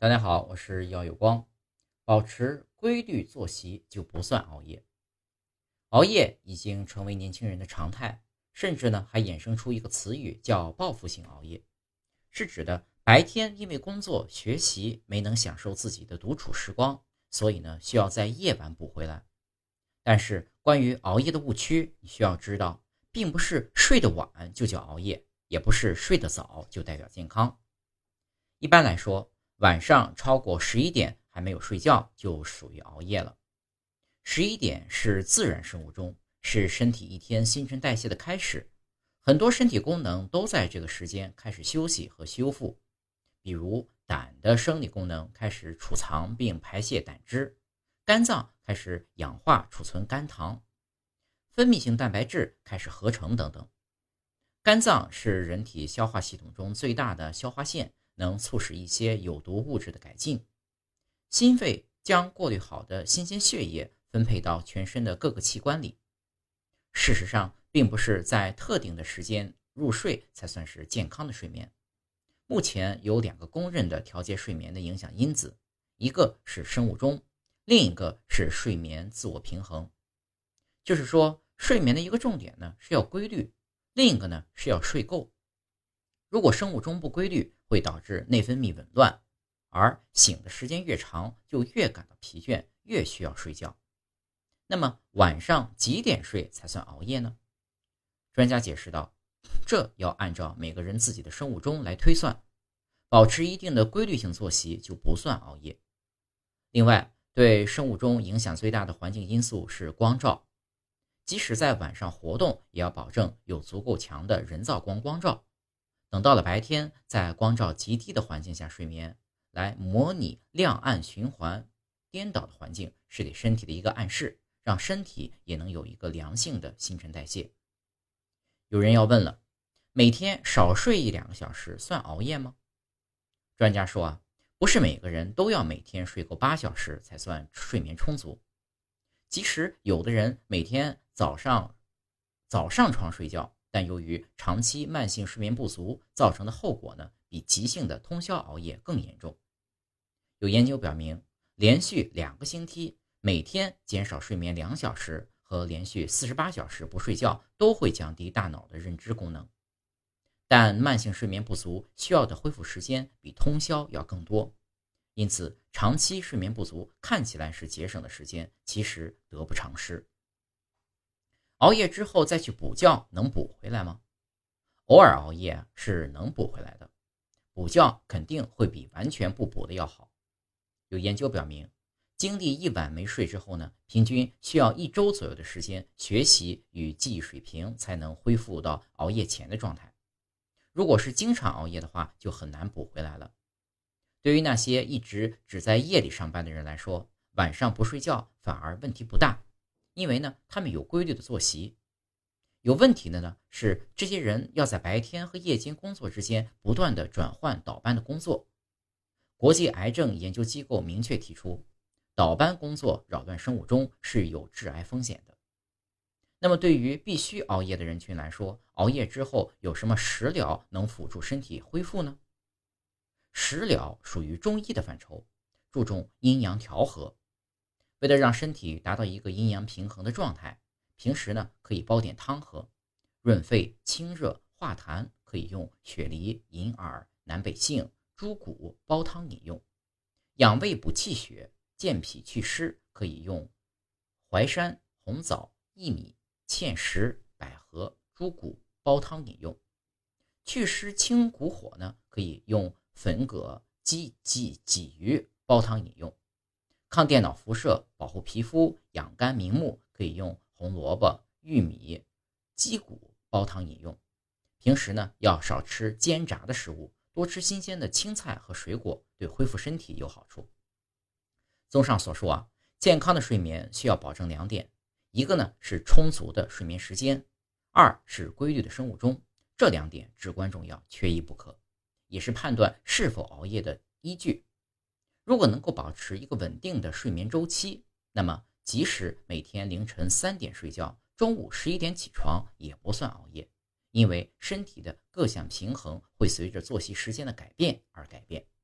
大家好，我是耀有光。保持规律作息就不算熬夜。熬夜已经成为年轻人的常态，甚至呢还衍生出一个词语叫报复性熬夜，是指的白天因为工作学习没能享受自己的独处时光，所以呢需要在夜晚补回来。但是关于熬夜的误区，你需要知道，并不是睡得晚就叫熬夜，也不是睡得早就代表健康。一般来说，晚上超过11点还没有睡觉就属于熬夜了。11点是自然生物钟，是身体一天新陈代谢的开始，很多身体功能都在这个时间开始休息和修复。比如胆的生理功能开始储藏并排泄胆汁，肝脏开始氧化储存肝糖，分泌性蛋白质开始合成等等。肝脏是人体消化系统中最大的消化腺，能促使一些有毒物质的改进。心肺将过滤好的新鲜血液分配到全身的各个器官里。事实上，并不是在特定的时间入睡才算是健康的睡眠。目前有2个公认的调节睡眠的影响因子，一个是生物钟，另一个是睡眠自我平衡。就是说，睡眠的一个重点呢是要规律，另一个呢是要睡够。如果生物钟不规律，会导致内分泌紊乱，而醒的时间越长，就越感到疲倦，越需要睡觉。那么晚上几点睡才算熬夜呢？专家解释道，这要按照每个人自己的生物钟来推算，保持一定的规律性作息就不算熬夜。另外，对生物钟影响最大的环境因素是光照，即使在晚上活动，也要保证有足够强的人造光照。等到了白天，在光照极低的环境下睡眠，来模拟亮暗循环颠倒的环境，是给身体的一个暗示，让身体也能有一个良性的新陈代谢。有人要问了，每天少睡1-2个小时算熬夜吗？专家说不是每个人都要每天睡够8小时才算睡眠充足。即使有的人每天早上床睡觉，但由于长期慢性睡眠不足造成的后果呢，比急性的通宵熬夜更严重。有研究表明，连续2个星期每天减少睡眠2小时和连续48小时不睡觉都会降低大脑的认知功能。但慢性睡眠不足需要的恢复时间比通宵要更多，因此长期睡眠不足看起来是节省的时间，其实得不偿失。熬夜之后再去补觉能补回来吗？偶尔熬夜是能补回来的，补觉肯定会比完全不补的要好。有研究表明，经历1晚没睡之后呢，平均需要1周左右的时间，学习与记忆水平才能恢复到熬夜前的状态。如果是经常熬夜的话，就很难补回来了。对于那些一直只在夜里上班的人来说，晚上不睡觉反而问题不大，因为呢，他们有规律的作息。有问题的呢，是这些人要在白天和夜间工作之间不断的转换倒班的工作。国际癌症研究机构明确提出，倒班工作扰乱生物钟是有致癌风险的。那么对于必须熬夜的人群来说，熬夜之后有什么食疗能辅助身体恢复呢？食疗属于中医的范畴，注重阴阳调和。为了让身体达到一个阴阳平衡的状态，平时呢可以煲点汤喝，润肺清热化痰可以用雪梨、银耳、南北杏、猪骨煲汤饮用；养胃补气血、健脾祛湿可以用淮山、红枣、薏米、芡实、百合、猪骨煲汤饮用；祛湿清骨火呢，可以用粉葛、鲫鱼煲汤饮用；抗电脑辐射、保护皮肤、养肝明目可以用红萝卜、玉米、鸡骨煲汤饮用。平时呢要少吃煎炸的食物，多吃新鲜的青菜和水果，对恢复身体有好处。综上所述健康的睡眠需要保证2点，一个呢是充足的睡眠时间，2是规律的生物钟，这2点至关重要，缺一不可，也是判断是否熬夜的依据。如果能够保持一个稳定的睡眠周期，那么即使每天凌晨3点睡觉，中午11点起床也不算熬夜，因为身体的各项平衡会随着作息时间的改变而改变。